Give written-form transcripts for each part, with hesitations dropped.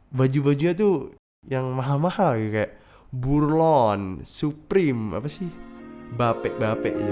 baju-bajunya tuh yang mahal-mahal gitu, kayak Burlon, Supreme, apa sih, Bape gitu.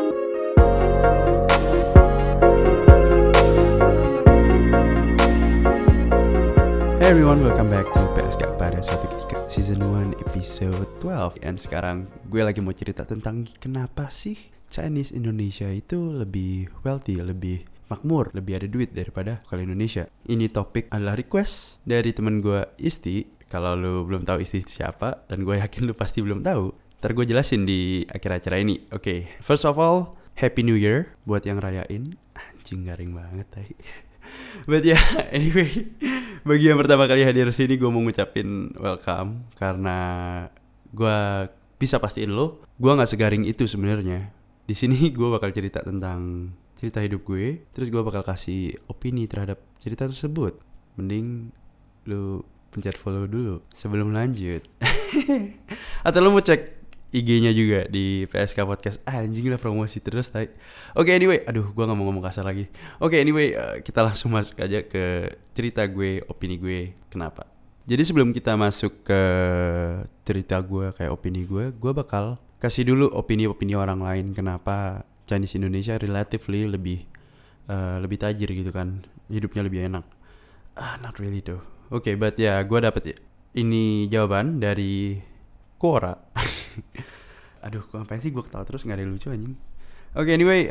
Hey everyone, welcome back to PSK pada suatu ketika Season 1 Episode 12. Dan sekarang gue lagi mau cerita tentang kenapa sih Chinese Indonesia itu lebih wealthy, lebih makmur, lebih ada duit daripada lokal Indonesia. Ini topik adalah request dari temen gue Isti. Kalau lu belum tahu Isti siapa, dan gue yakin lu pasti belum tahu, ntar gue jelasin di akhir acara ini. Oke, first of all, Happy New Year buat yang rayain. Anjing, garing banget tadi. But ya, anyway, bagi yang pertama kali hadir sini, gue mau ngucapin welcome karena gue bisa pastiin lo, gue nggak segaring itu sebenarnya. Di sini gue bakal cerita tentang cerita hidup gue, terus gue bakal kasih opini terhadap cerita tersebut. Mending lo pencet follow dulu sebelum lanjut. Atau lo mau cek IG-nya juga di PSK Podcast. Anjing lah, promosi terus tay. Oke, anyway, aduh gue gak mau ngomong kasar lagi. Oke, anyway, kita langsung masuk aja ke cerita gue, opini gue, kenapa. Jadi sebelum kita masuk ke cerita gue, kayak opini gue bakal kasih dulu opini-opini orang lain kenapa Chinese Indonesia relatively lebih tajir gitu kan, hidupnya lebih enak. Not really though. Oke, but ya, gue dapet ini jawaban dari Quora. Aduh, ngapain sih gue ketawa terus, gak ada yang lucu anjing. Oke, anyway,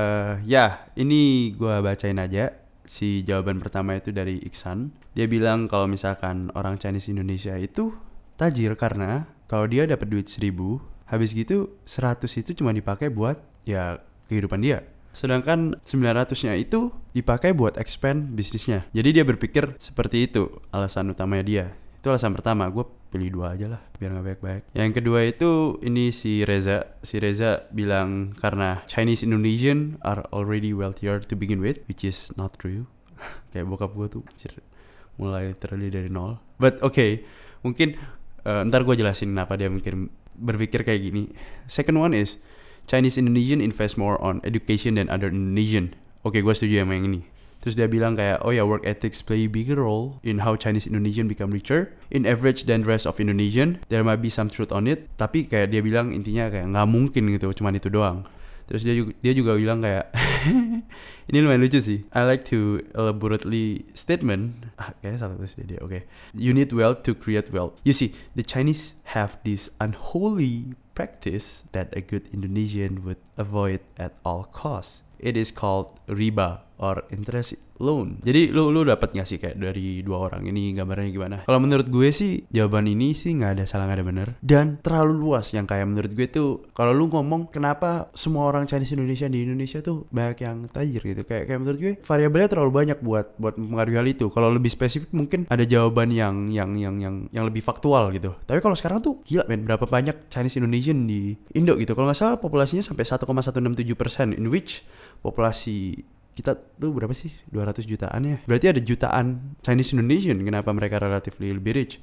ini gue bacain aja. Si jawaban pertama itu dari Iksan. Dia bilang kalau misalkan orang Chinese Indonesia itu tajir karena kalau dia dapat duit 1.000, habis gitu 100 itu cuma dipakai buat ya kehidupan dia. Sedangkan 900-nya itu dipakai buat expand bisnisnya. Jadi dia berpikir seperti itu alasan utamanya dia. Itu alasan pertama. Gue pilih 2 aja lah biar gak banyak-banyak. Yang kedua itu ini si Reza. Si Reza bilang karena Chinese Indonesian are already wealthier to begin with, which is not true. Kayak bokap gue tuh mulai literally dari nol. But okay, mungkin ntar gue jelasin kenapa dia mungkin berpikir kayak gini. Second one is Chinese Indonesian invest more on education than other Indonesian. Oke, gue setuju sama yang ini. Terus dia bilang kayak, work ethics play a bigger role in how Chinese Indonesian become richer in average than the rest of Indonesian. There might be some truth on it. Tapi kayak dia bilang intinya kayak nggak mungkin gitu, cuman itu doang. Terus dia juga bilang kayak, ini lumayan lucu sih. I like to elaborately statement. Kayaknya salah tulis dia. Okay. You need wealth to create wealth. You see, the Chinese have this unholy practice that a good Indonesian would avoid at all costs. It is called riba or interest loan. Jadi lu dapat nggak sih kayak dari 2 orang ini gambarnya gimana? Kalau menurut gue sih jawaban ini sih nggak ada salah, nggak ada benar, dan terlalu luas. Yang kayak menurut gue tuh kalau lu ngomong kenapa semua orang Chinese Indonesia di Indonesia tuh banyak yang tajir gitu, kayak menurut gue variabelnya terlalu banyak buat mempengaruhi hal itu. Kalau lebih spesifik mungkin ada jawaban yang lebih faktual gitu. Tapi kalau sekarang tuh gila men, berapa banyak Chinese Indonesian di Indo gitu. Kalau nggak salah populasinya sampai 1,167%, in which populasi kita tuh berapa sih? 200 jutaan ya. Berarti ada jutaan Chinese Indonesian. Kenapa mereka relatively lebih rich?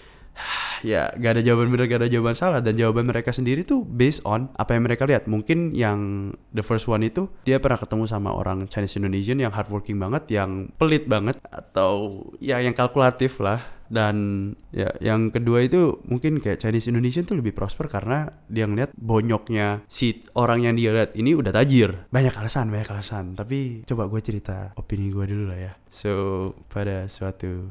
Ya gak ada jawaban benar, gak ada jawaban salah. Dan jawaban mereka sendiri tuh based on apa yang mereka lihat. Mungkin yang the first one itu dia pernah ketemu sama orang Chinese Indonesian yang hardworking banget, yang pelit banget, atau ya yang kalkulatif lah. Dan ya yang kedua itu mungkin kayak Chinese Indonesian tuh lebih prosper karena dia ngeliat bonyoknya si orang yang dia lihat ini udah tajir. Banyak alasan. Tapi coba gue cerita opini gue dulu lah ya. So pada suatu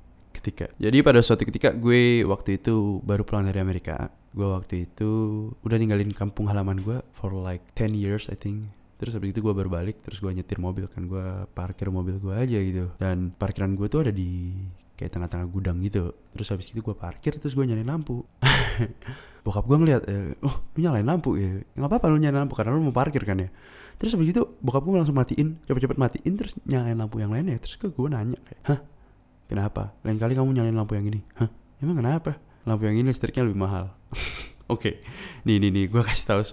ketika gue waktu itu baru pulang dari Amerika. Gue waktu itu udah ninggalin kampung halaman gue for like 10 years I think. Terus habis itu gue baru balik, terus gue nyetir mobil kan, gue parkir mobil gue aja gitu. Dan parkiran gue tuh ada di kayak tengah-tengah gudang gitu. Terus habis itu gue parkir, terus gue nyalain lampu. Bokap gue ngeliat, lu nyalain lampu ya? Gak apa-apa lu nyalain lampu karena lu mau parkir kan ya. Terus habis itu bokap gue langsung cepet-cepet matiin, terus nyalain lampu yang lainnya. Terus gue nanya kayak, kenapa? Lain kali kamu nyalain lampu yang ini. Emang kenapa? Lampu yang ini listriknya lebih mahal. Oke. Nih, gue kasih tahu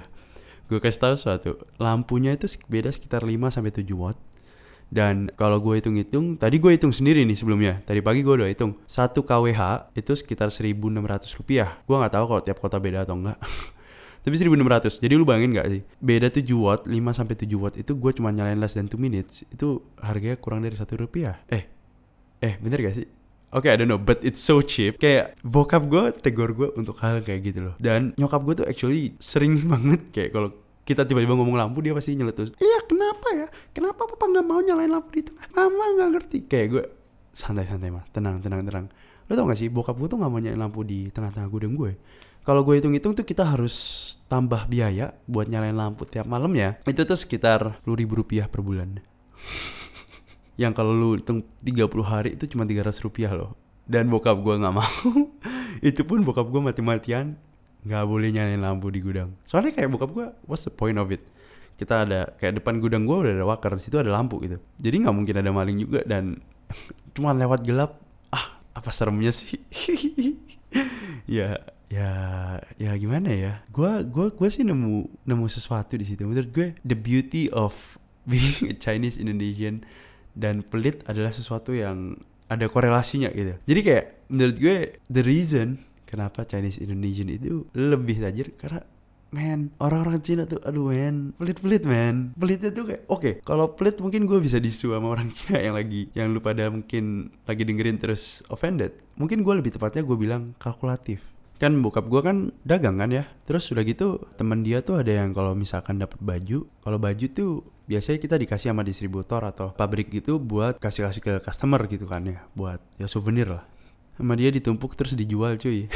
sesuatu. Lampunya itu beda sekitar 5-7 watt. Dan kalau gue hitung-hitung, tadi gue hitung sendiri nih sebelumnya. Tadi pagi gue udah hitung 1 kWh itu sekitar 1.600 rupiah. Gue gak tahu kalau tiap kota beda atau enggak. Tapi 1.600. Jadi lu bayangin gak sih? Beda 7 watt, 5-7 watt itu gue cuma nyalain less than 2 minutes. Itu harganya kurang dari 1 rupiah. Bener gak sih? Oke, I don't know, but it's so cheap. Kayak bokap gue tegur gue untuk hal kayak gitu loh. Dan nyokap gue tuh actually sering banget kayak kalau kita tiba-tiba ngomong lampu, dia pasti nyeletus, iya kenapa ya? Kenapa papa gak mau nyalain lampu di tengah? Mama gak ngerti. Kayak gue, santai-santai mah, tenang. Lo tau gak sih, bokap gue tuh gak mau nyalain lampu di tengah-tengah gudang gue. Kalau gue hitung-hitung tuh kita harus tambah biaya buat nyalain lampu tiap malam ya. Itu tuh sekitar 10.000 rupiah per bulan. Yang kalau lu hitung 30 hari itu cuma 300 rupiah loh. Dan bokap gue gak mau. Itu pun bokap gue mati-matian gak boleh nyalain lampu di gudang. Soalnya kayak bokap gue, what's the point of it? Kita ada, kayak depan gudang gue udah ada wakar, di situ ada lampu gitu. Jadi gak mungkin ada maling juga. Dan cuma lewat gelap, apa seremnya sih? ya gimana ya? Gue sih nemu sesuatu di situ. Menurut gue the beauty of being a Chinese Indonesian dan pelit adalah sesuatu yang ada korelasinya gitu. Jadi kayak menurut gue the reason kenapa Chinese Indonesian itu lebih tajir karena orang-orang Cina tuh pelit man. Pelitnya tuh kayak oke, kalau pelit mungkin gue bisa disu sama orang Cina yang lu pada mungkin lagi dengerin terus offended. Mungkin gue lebih tepatnya gue bilang kalkulatif. Kan bokap gue kan dagang kan ya. Terus udah gitu teman dia tuh ada yang kalau misalkan dapat baju, kalau baju tuh biasanya kita dikasih sama distributor atau pabrik gitu buat kasih ke customer gitu kan ya, buat ya souvenir lah. Sama dia ditumpuk terus dijual cuy.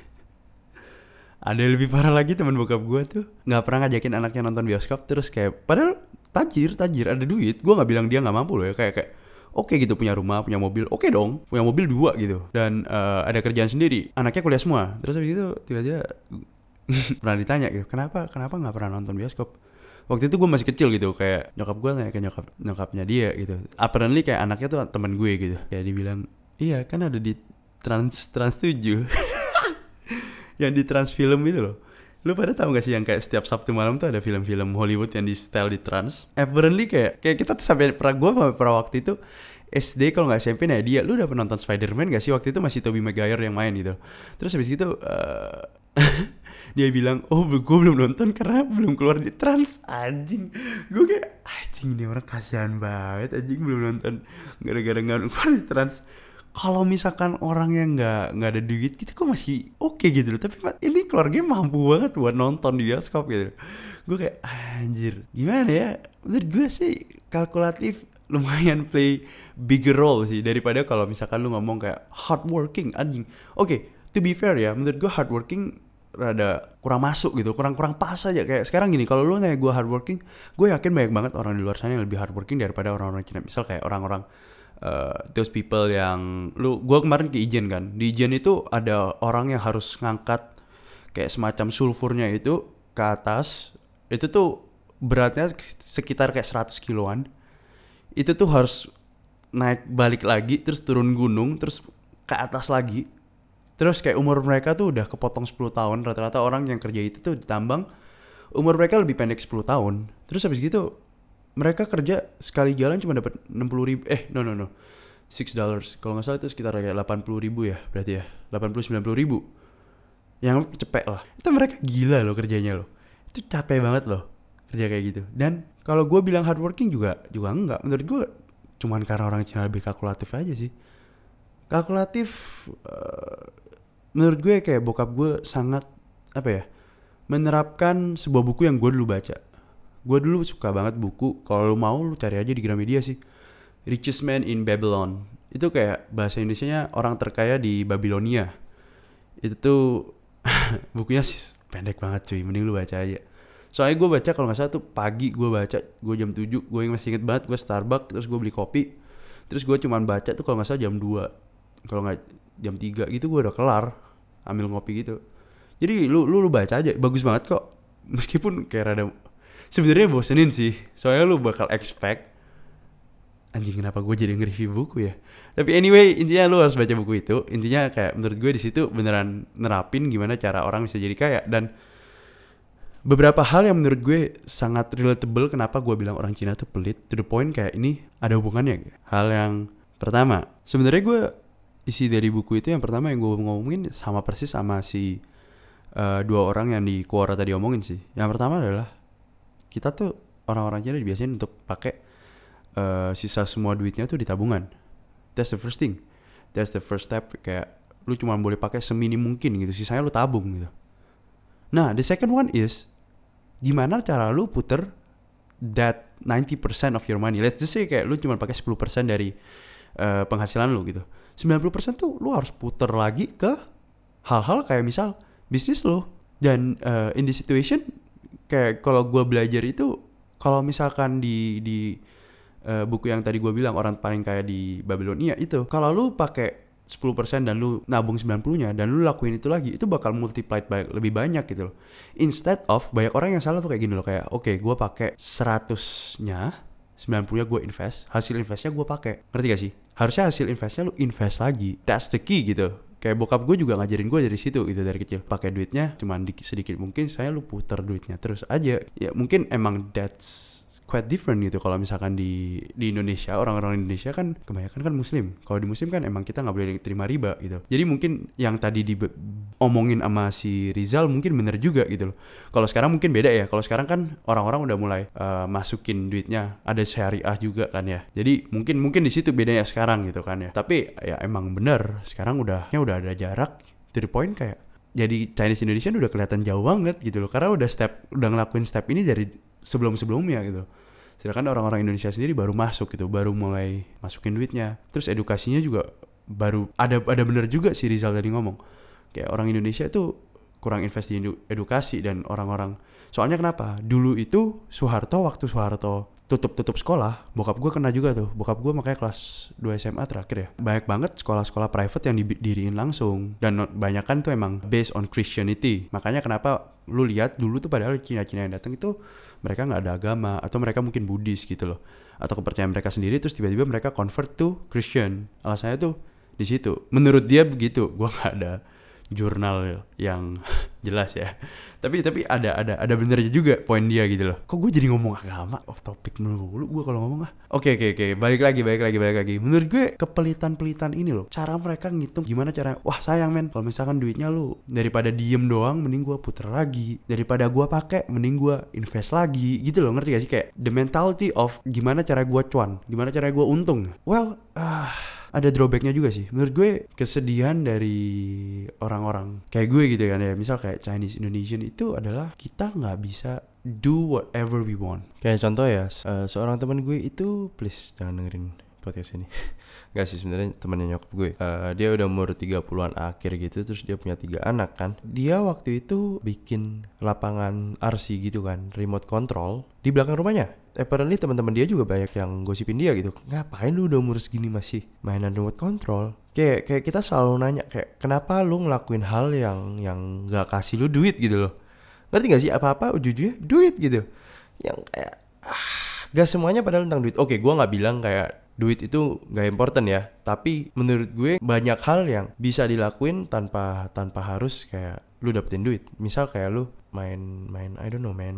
Ada yang lebih parah lagi, teman bokap gue tuh nggak pernah ngajakin anaknya nonton bioskop. Terus kayak padahal tajir ada duit. Gue nggak bilang dia nggak mampu loh ya, kayak oke gitu, punya rumah, punya mobil, oke dong, punya mobil 2 gitu, dan ada kerjaan sendiri, anaknya kuliah semua. Terus habis itu tiba-tiba pernah ditanya gitu, kenapa nggak pernah nonton bioskop? Waktu itu gue masih kecil gitu, kayak nyokap gue nanya ke nyokapnya dia gitu. Apparently kayak anaknya tuh teman gue gitu, kayak dibilang iya kan ada di Trans 7 yang di Trans Film itu loh. Lu pada tahu gak sih yang kayak setiap Sabtu malam tuh ada film-film Hollywood yang di style di Trans? Apparently kayak kita tuh sampai pernah waktu itu SD kalau nggak SMP nih dia, lu udah pernah nonton Spider-Man gak sih? Waktu itu masih Tobey Maguire yang main gitu. Terus habis gitu dia bilang, oh gue belum nonton karena belum keluar di Trans. Anjing, gue kayak anjing ini orang kasihan banget, anjing belum nonton gara-gara nggak keluar di Trans. Kalau misalkan orang yang nggak ada duit gitu kok masih oke gitu loh, tapi ini keluarganya mampu banget buat nonton di bioskop gitu. Gue kayak anjir, gimana ya? Menurut gue sih kalkulatif lumayan play bigger role sih daripada kalau misalkan lu ngomong kayak hardworking anjing. Oke, to be fair ya, menurut gue hardworking rada kurang masuk gitu, kurang pas aja. Kayak sekarang gini, kalau lu nanya gue hardworking, gue yakin banyak banget orang di luar sana yang lebih hardworking daripada orang-orang Cina. Misal kayak orang-orang those people yang gue kemarin ke Ijen kan, di Ijen itu ada orang yang harus ngangkat kayak semacam sulfurnya itu ke atas. Itu tuh beratnya sekitar kayak 100 kiloan. Itu tuh harus naik balik lagi, terus turun gunung, terus ke atas lagi. Terus kayak umur mereka tuh udah kepotong 10 tahun. Rata-rata orang yang kerja itu tuh ditambang umur mereka lebih pendek 10 tahun. Terus habis gitu mereka kerja sekali jalan cuma dapat 60 ribu. $6. Kalau nggak salah itu sekitar kayak 80 ribu ya, berarti ya 80-90 ribu. Yang cepet lah. Itu mereka gila loh kerjanya loh. Itu capek banget loh kerja kayak gitu. Dan kalau gue bilang hardworking juga enggak. Menurut gue cuman karena orang Cina lebih kalkulatif aja sih. Kalkulatif menurut gue kayak bokap gue sangat menerapkan sebuah buku yang gue dulu baca. Gue dulu suka banget buku, kalau lu mau lu cari aja di Gramedia sih, Richest Man in Babylon. Itu kayak bahasa Indonesianya orang terkaya di Babilonia. Itu tuh bukunya sih pendek banget cuy, mending lu baca aja. Soalnya gue baca kalau gak salah tuh pagi gue baca, gue jam 7, gue masih inget banget, gue Starbucks, terus gue beli kopi. Terus gue cuman baca tuh kalau gak salah jam 2, kalau gak jam 3 gitu gue udah kelar ambil ngopi gitu. Jadi lu baca aja, bagus banget kok. Meskipun kayak rada sebenarnya bosenin sih, soalnya lu bakal expect anjing kenapa gue jadi nge-review buku ya. Tapi anyway, intinya lu harus baca buku itu. Intinya kayak menurut gue di situ beneran nerapin gimana cara orang bisa jadi kaya. Dan beberapa hal yang menurut gue sangat relatable kenapa gue bilang orang Cina tuh pelit, to the point kayak ini ada hubungannya. Hal yang pertama, sebenarnya gue isi dari buku itu yang pertama yang gue ngomongin sama persis sama si dua orang yang di Quora tadi omongin sih. Yang pertama adalah kita tuh orang-orang Cina dibiasain untuk pakai sisa semua duitnya tuh di tabungan. That's the first thing. That's the first step. Kayak lu cuma boleh pakai seminim mungkin gitu, sisanya lu tabung gitu. Nah, the second one is gimana cara lu puter that 90% of your money. Let's just say kayak lu cuma pakai 10% dari penghasilan lu gitu. 90% tuh lu harus puter lagi ke hal-hal kayak misal bisnis lu. Dan in this situation kayak kalau gue belajar itu, kalau misalkan di buku yang tadi gue bilang orang paling kaya di Babilonia itu, kalau lu pakai 10% dan lu nabung 90-nya dan lu lakuin itu lagi, itu bakal multiplied lebih banyak gitu loh. Instead of banyak orang yang salah tuh kayak gini loh, kayak oke, gue pakai 100-nya, 90-nya gue invest, hasil investnya gue pakai. Ngerti gak sih? Harusnya hasil investnya lu invest lagi. That's the key gitu. Kayak bokap gue juga ngajarin gue dari situ gitu, dari kecil. Pakai duitnya cuman sedikit mungkin, saya lu puter duitnya terus aja. Ya mungkin emang that's quite different gitu. Kalau misalkan di Indonesia, orang-orang Indonesia kan kebanyakan kan muslim. Kalau di muslim kan emang kita nggak boleh terima riba gitu. Jadi mungkin yang tadi omongin sama si Rizal mungkin bener juga gitu loh. Kalau sekarang mungkin beda ya. Kalau sekarang kan orang-orang udah mulai masukin duitnya, ada syariah juga kan ya. Jadi mungkin di situ bedanya sekarang gitu kan ya. Tapi ya emang bener sekarang udah ada jarak. To the point kayak jadi Chinese Indonesian udah kelihatan jauh banget gitu loh. Karena udah ngelakuin step ini dari sebelumnya gitu. Sedangkan orang-orang Indonesia sendiri baru masuk gitu, baru mulai masukin duitnya. Terus edukasinya juga baru ada bener juga si Rizal tadi ngomong. Kayak orang Indonesia itu kurang invest di edukasi dan orang-orang. Soalnya kenapa? Dulu itu waktu Soeharto tutup sekolah, bokap gue kena juga tuh. Bokap gue makanya kelas 2 SMA terakhir ya. Banyak banget sekolah-sekolah private yang didiriin langsung. Dan banyak kan tuh emang based on Christianity. Makanya kenapa lu lihat dulu tuh padahal Cina-Cina yang datang itu mereka gak ada agama. Atau mereka mungkin Buddhis gitu loh. Atau kepercayaan mereka sendiri, terus tiba-tiba mereka convert to Christian. Alasannya tuh di situ. Menurut dia begitu. Gue gak ada jurnal yang jelas ya. Tapi ada benernya juga poin dia gitu loh. Kok gue jadi ngomong agama off topic melulu gue kalau ngomong Oke. Balik lagi. Menurut gue kepelitan ini loh. Cara mereka ngitung gimana cara. Wah sayang men, kalau misalkan duitnya lu daripada diem doang, mending gue puter lagi. Daripada gue pakai, mending gue invest lagi. Gitu loh, ngerti gak sih? Kayak the mentality of gimana cara gue cuan, gimana cara gue untung. Well, ada drawbacknya juga sih. Menurut gue kesedihan dari orang-orang kayak gue gitu kan ya. Misal kayak Chinese Indonesian itu adalah kita gak bisa do whatever we want. Kayak contoh ya, seorang teman gue itu, please jangan dengerin podcast ini. Gak sih, sebenarnya temannya nyokap gue. Dia udah umur 30-an akhir gitu, terus dia punya 3 anak kan. Dia waktu itu bikin lapangan RC gitu kan, remote control di belakang rumahnya. Apparently teman-teman dia juga banyak yang gosipin dia gitu. Ngapain lu udah umur segini masih mainan remote control? Kayak kita selalu nanya kayak kenapa lu ngelakuin hal yang gak kasih lu duit gitu loh. Ngerti gak sih, apa-apa ujung-ujungnya duit gitu. Yang kayak gak semuanya padahal tentang duit. Oke, gue gak bilang kayak duit itu gak important ya. Tapi menurut gue banyak hal yang bisa dilakuin tanpa harus kayak lu dapetin duit. Misal kayak lu main I don't know, main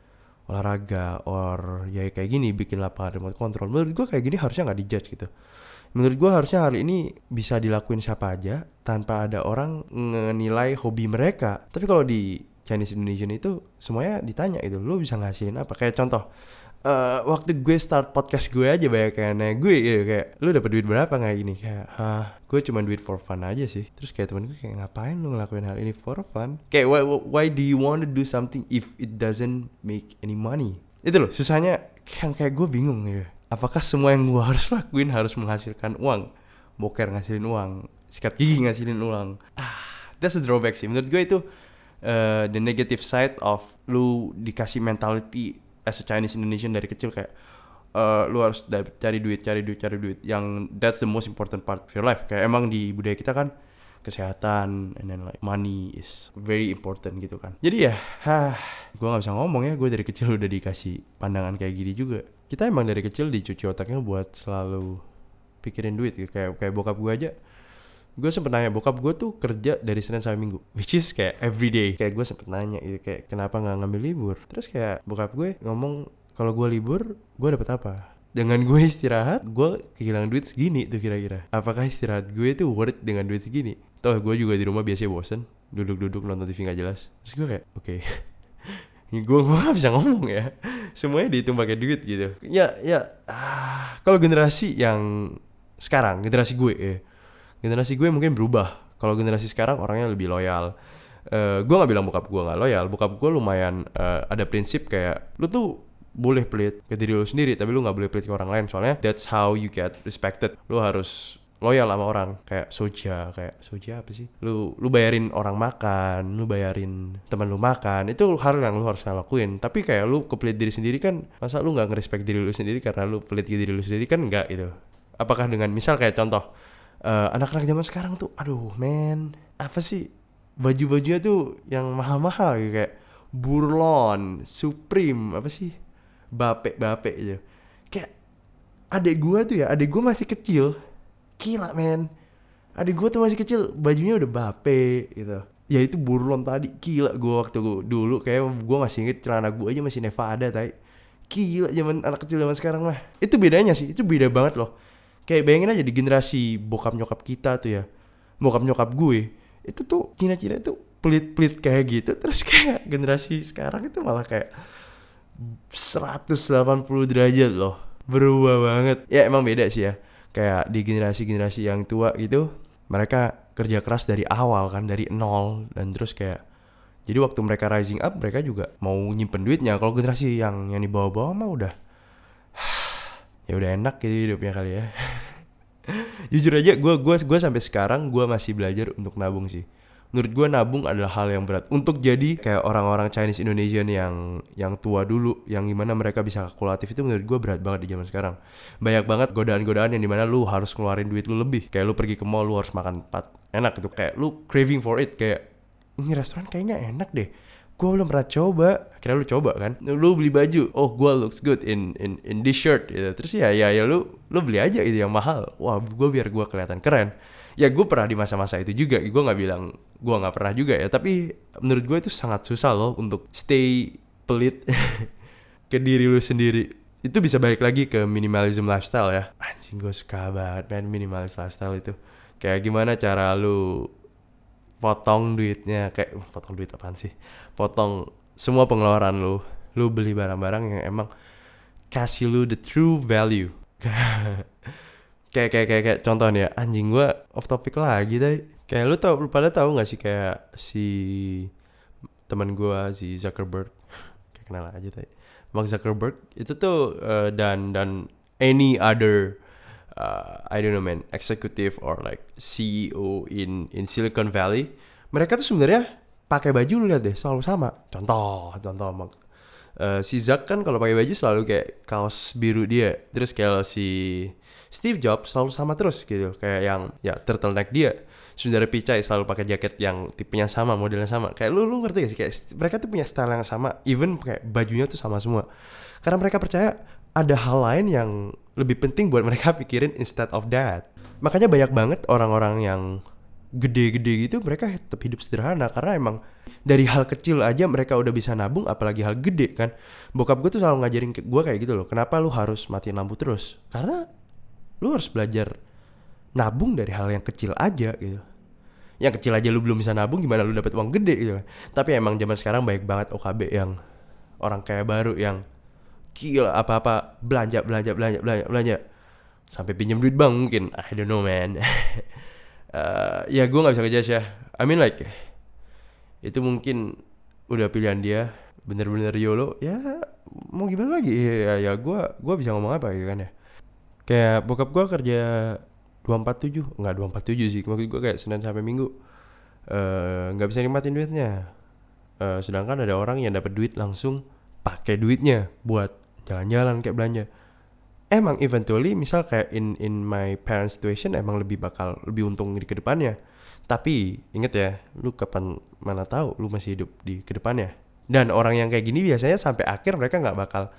olahraga or ya kayak gini, bikin lapangan remote control. Menurut gue kayak gini harusnya gak dijudge gitu. Menurut gue harusnya hal ini bisa dilakuin siapa aja tanpa ada orang ngenilai hobi mereka. Tapi kalau di Chinese Indonesian itu semuanya ditanya gitu, lu bisa ngasilin apa? Kayak contoh, waktu gue start podcast gue aja banyak kayak nanya gue gitu, kayak lu dapet duit berapa kayak gini? Kayak gue cuma duit for fun aja sih. Terus kayak temen gue kayak ngapain lu ngelakuin hal ini for fun? Kayak why do you want to do something if it doesn't make any money? Itu loh susahnya. Kayak gue bingung ya. Apakah semua yang gue harus lakuin harus menghasilkan uang? Boker ngasilin uang, sikat gigi ngasilin uang. That's a drawback sih. Menurut gue itu the negative side of lu dikasih mentality as a Chinese Indonesian dari kecil kayak lu harus cari duit. Yang that's the most important part of your life. Kayak emang di budaya kita kan kesehatan and then like money is very important gitu kan. Jadi ya, gue nggak bisa ngomong ya. Gue dari kecil udah dikasih pandangan kayak gini juga. Kita emang dari kecil dicuci otaknya buat selalu pikirin duit gitu. Kayak bokap gue aja. Gue sempet nanya, bokap gue tuh kerja dari Senin sampai Minggu, which is kayak everyday. Kayak gue sempet nanya gitu, kayak kenapa gak ngambil libur. Terus kayak bokap gue ngomong, kalau gue libur, gue dapet apa? Dengan gue istirahat, gue kehilangan duit segini tuh kira-kira. Apakah istirahat gue tuh worth dengan duit segini? Toh gue juga di rumah biasanya bosen, duduk-duduk nonton TV gak jelas. Terus gue kayak, oke. Gue gak bisa ngomong ya. Semuanya dihitung pakai duit gitu. Ya. Kalau generasi yang sekarang, generasi gue ya, Generasi gue mungkin berubah. Kalau generasi sekarang orangnya lebih loyal. Gue nggak bilang bokap gue nggak loyal. Bokap gue lumayan ada prinsip kayak lu tuh boleh pelit ke diri lu sendiri, tapi lu nggak boleh pelit ke orang lain. Soalnya that's how you get respected. Lu harus loyal sama orang. Kayak soja apa sih? Lu bayarin orang makan, lu bayarin teman lu makan. Itu hal yang lu harus lakuin. Tapi kayak lu kepelit diri sendiri kan, masa lu nggak ngerespek diri lu sendiri karena lu pelit ke diri lu sendiri kan enggak gitu. Apakah dengan misal kayak contoh anak-anak zaman sekarang tuh, aduh men, apa sih baju-bajunya tuh yang mahal-mahal gitu, kayak Burlon, Supreme, apa sih, Bape gitu. Kayak adek gue masih kecil, gila men, adek gue tuh masih kecil, bajunya udah Bape gitu. Ya itu Burlon tadi, gila. Gue waktu dulu kayak gue masih inget celana gue aja masih Nevada tadi. Gila zaman anak kecil zaman sekarang mah. Itu bedanya sih, itu beda banget loh. Kayak bayangin aja di generasi bokap nyokap kita tuh ya, bokap nyokap gue itu tuh Cina-Cina itu pelit-pelit kayak gitu. Terus kayak generasi sekarang itu malah kayak 180 derajat loh, berubah banget. Ya emang beda sih ya. Kayak di generasi-generasi yang tua gitu, mereka kerja keras dari awal kan, dari nol. Dan terus kayak jadi waktu mereka rising up, mereka juga mau nyimpen duitnya. Kalau generasi yang di bawah-bawah mah udah ya udah enak gitu hidupnya kali ya. Jujur aja gue sampai sekarang gue masih belajar untuk nabung sih. Menurut gue nabung adalah hal yang berat untuk jadi kayak orang-orang Chinese Indonesian yang tua dulu, yang gimana mereka bisa kalkulatif. Itu menurut gue berat banget di zaman sekarang. Banyak banget godaan-godaan yang dimana lu harus ngeluarin duit lu lebih. Kayak lu pergi ke mall, lu harus makan enak gitu, kayak lu craving for it, kayak ini restoran kayaknya enak deh, gue belum pernah coba. Akhirnya lu coba kan, lu beli baju, oh gue looks good in this shirt gitu. Terus ya lu beli aja itu yang mahal. Wah, biar gue kelihatan keren. Ya gue pernah di masa-masa itu juga. Gue nggak bilang gue nggak pernah juga ya, tapi menurut gue itu sangat susah loh untuk stay pelit ke diri lu sendiri. Itu bisa balik lagi ke minimalism lifestyle ya. Anjing, gue suka banget man minimalis lifestyle itu. Kayak gimana cara lu potong duitnya, kayak potong duit apaan sih, potong semua pengeluaran lu beli barang-barang yang emang kasih lu the true value. kayak contoh nih ya, anjing gua off topic lagi tadi. Kayak lu pada tahu nggak sih kayak si teman gua si Zuckerberg, kayak kenal aja tadi, Mark Zuckerberg itu tuh dan any other I don't know man, executive or like CEO in Silicon Valley, mereka tuh sebenarnya pakai baju lu lihat deh selalu sama. Contoh si Zuck kan kalau pakai baju selalu kayak kaos biru dia. Terus kalau si Steve Jobs selalu sama terus gitu, kayak yang ya turtleneck dia. Sundar Pichai selalu pakai jaket yang tipenya sama, modelnya sama. Kayak lu ngerti gak sih, kayak mereka tuh punya style yang sama, even kayak bajunya tuh sama semua. Karena mereka percaya ada hal lain yang lebih penting buat mereka pikirin instead of that. Makanya banyak banget orang-orang yang gede-gede gitu, mereka tetap hidup sederhana karena emang dari hal kecil aja mereka udah bisa nabung, apalagi hal gede kan. Bokap gue tuh selalu ngajarin gue kayak gitu loh, kenapa lu harus matiin lampu terus? Karena lu harus belajar nabung dari hal yang kecil aja gitu. Yang kecil aja lu belum bisa nabung, gimana lu dapat uang gede gitu kan. Tapi emang zaman sekarang banyak banget OKB yang orang kaya baru yang gila, apa-apa belanja sampai pinjam duit bank mungkin. I don't know man. Ya gue nggak bisa ngejudge ya. I mean like itu mungkin udah pilihan dia, bener-bener YOLO ya, mau gimana lagi ya gue bisa ngomong apa gitu kan ya. Kayak bokap gue kerja 247, enggak 247 sih, maksud gue kayak Senin sampai Minggu nggak bisa nikmatin duitnya. Sedangkan ada orang yang dapat duit langsung pakai duitnya buat jalan-jalan kayak belanja. Emang eventually misal kayak in my parents situation emang bakal lebih untung di kedepannya. Tapi inget ya, lu kapan mana tahu lu masih hidup di kedepannya. Dan orang yang kayak gini biasanya sampai akhir mereka nggak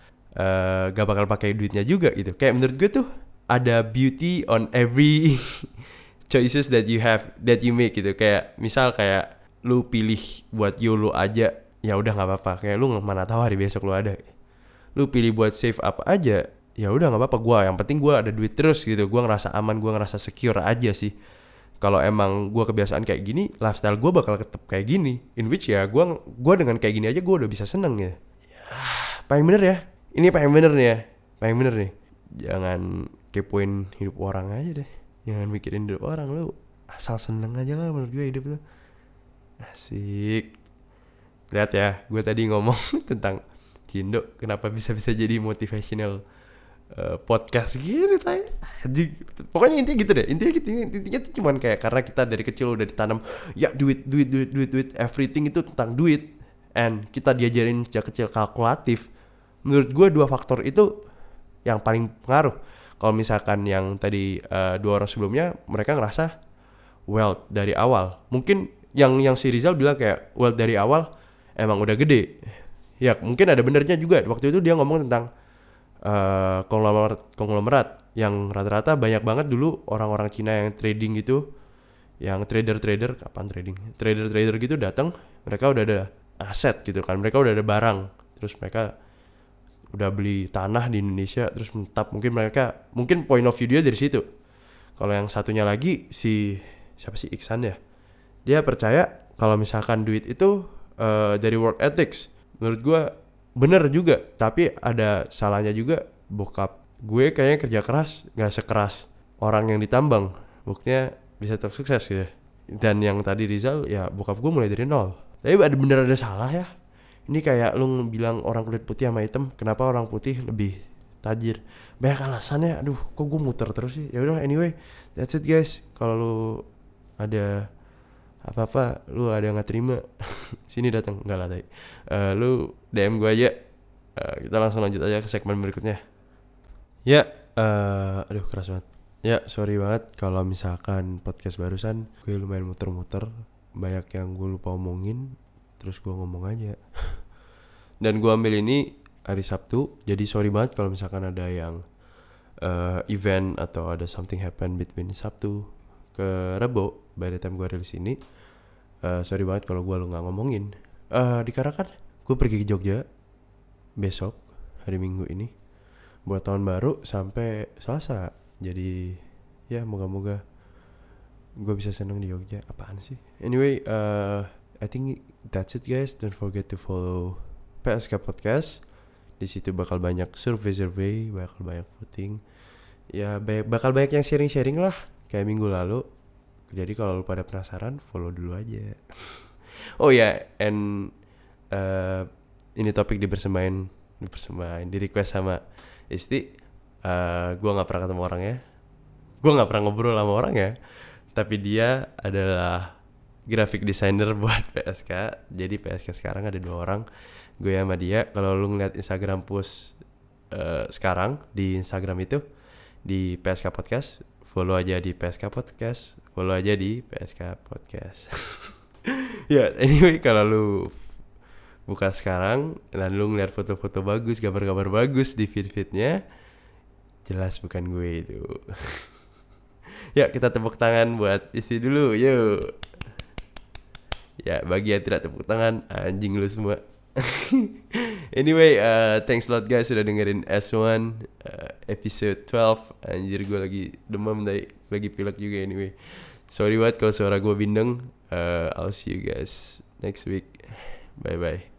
bakal pakai duitnya juga gitu. Kayak menurut gue tuh ada beauty on every choices that you make gitu. Kayak misal kayak lu pilih buat YOLO aja, ya udah nggak apa-apa. Kayak lu mana tahu hari besok lu ada. Lu pilih buat save up aja, ya udah nggak apa-apa. Gue yang penting gue ada duit terus gitu. Gue ngerasa aman, gue ngerasa secure aja sih. Kalau emang gue kebiasaan kayak gini, lifestyle gue bakal tetap kayak gini. In which ya gue dengan kayak gini aja gue udah bisa seneng ya. Paling bener ya. Ini paling bener nih ya. Paling bener nih. Jangan kepoin hidup orang aja deh. Jangan mikirin hidup orang lu. asal seneng aja lah menurut gue hidup tuh. Asik. Lihat ya, gue tadi ngomong tentang Cindo kenapa bisa jadi motivational podcast gini tay. Pokoknya intinya gitu deh. Intinya tuh cuman kayak karena kita dari kecil udah ditanam ya duit, everything itu tentang duit. And kita diajarin sejak kecil kalkulatif. Menurut gue 2 faktor itu yang paling pengaruh. Kalau misalkan yang tadi 2 orang sebelumnya mereka ngerasa wealth dari awal. Mungkin yang si Rizal bilang kayak wealth dari awal emang udah gede. Ya mungkin ada benernya juga. Waktu itu dia ngomong tentang konglomerat yang rata-rata banyak banget dulu orang-orang Cina yang trading gitu, yang trader gitu datang, mereka udah ada aset gitu kan, mereka udah ada barang, terus mereka udah beli tanah di Indonesia terus menetap, mungkin point of view dia dari situ. Kalau yang satunya lagi siapa sih, Iksan ya, dia percaya kalau misalkan duit itu dari work ethics. Menurut gue bener juga, tapi ada salahnya juga. Bokap gue kayaknya kerja keras gak sekeras orang yang ditambang, buktinya bisa tetap sukses gitu. Dan yang tadi Rizal, ya bokap gue mulai dari nol. Tapi ada salah ya. Ini kayak lu bilang orang kulit putih sama hitam, kenapa orang putih lebih tajir? Banyak alasannya. Aduh, kok gue muter terus sih. Ya udah, anyway, that's it guys. Kalau lu ada apa-apa, lu ada nggak terima, sini datang, nggak lah tadi. Lu DM gue aja. Kita langsung lanjut aja ke segmen berikutnya. Ya, aduh keras banget. Ya, sorry banget kalau misalkan podcast barusan gue lumayan muter-muter, banyak yang gue lupa omongin, terus gue ngomong aja. Dan gue ambil ini hari Sabtu, jadi sorry banget kalau misalkan ada yang event atau ada something happen between Sabtu ke Rebo by the time gue rilis ini. Sorry banget kalau gue nggak ngomongin. Dikarenakan gue pergi ke Jogja besok hari Minggu ini buat tahun baru sampai Selasa. Jadi ya moga-moga gue bisa seneng di Jogja. Apaan sih? Anyway, I think that's it guys. Don't forget to follow PSK Podcast. Di situ bakal banyak survei, bakal banyak voting. Ya bakal banyak yang sharing lah kayak minggu lalu. Jadi kalau lu pada penasaran, follow dulu aja. Oh ya, and ini topik dipersembahin di request sama Isti. Gue nggak pernah ketemu orangnya, gue nggak pernah ngobrol sama orangnya, tapi dia adalah graphic designer buat PSK. Jadi PSK sekarang ada 2 orang, gue sama dia. Kalau lu ngeliat Instagram post sekarang di Instagram itu di PSK Podcast, follow aja di PSK Podcast, follow aja di PSK Podcast. Ya, anyway, kalau lu buka sekarang dan lu ngeliat foto-foto bagus, gambar-gambar bagus di feed-feednya, jelas bukan gue itu. Ya, kita tepuk tangan buat Isti dulu, yuk. Ya, bagi yang tidak tepuk tangan, anjing lu semua. Anyway, thanks a lot guys sudah dengerin S1 episode 12. Anjir, gue lagi demam tadi, lagi pilek juga. Anyway, sorry banget kalau suara gue bindeng. I'll see you guys next week. Bye bye.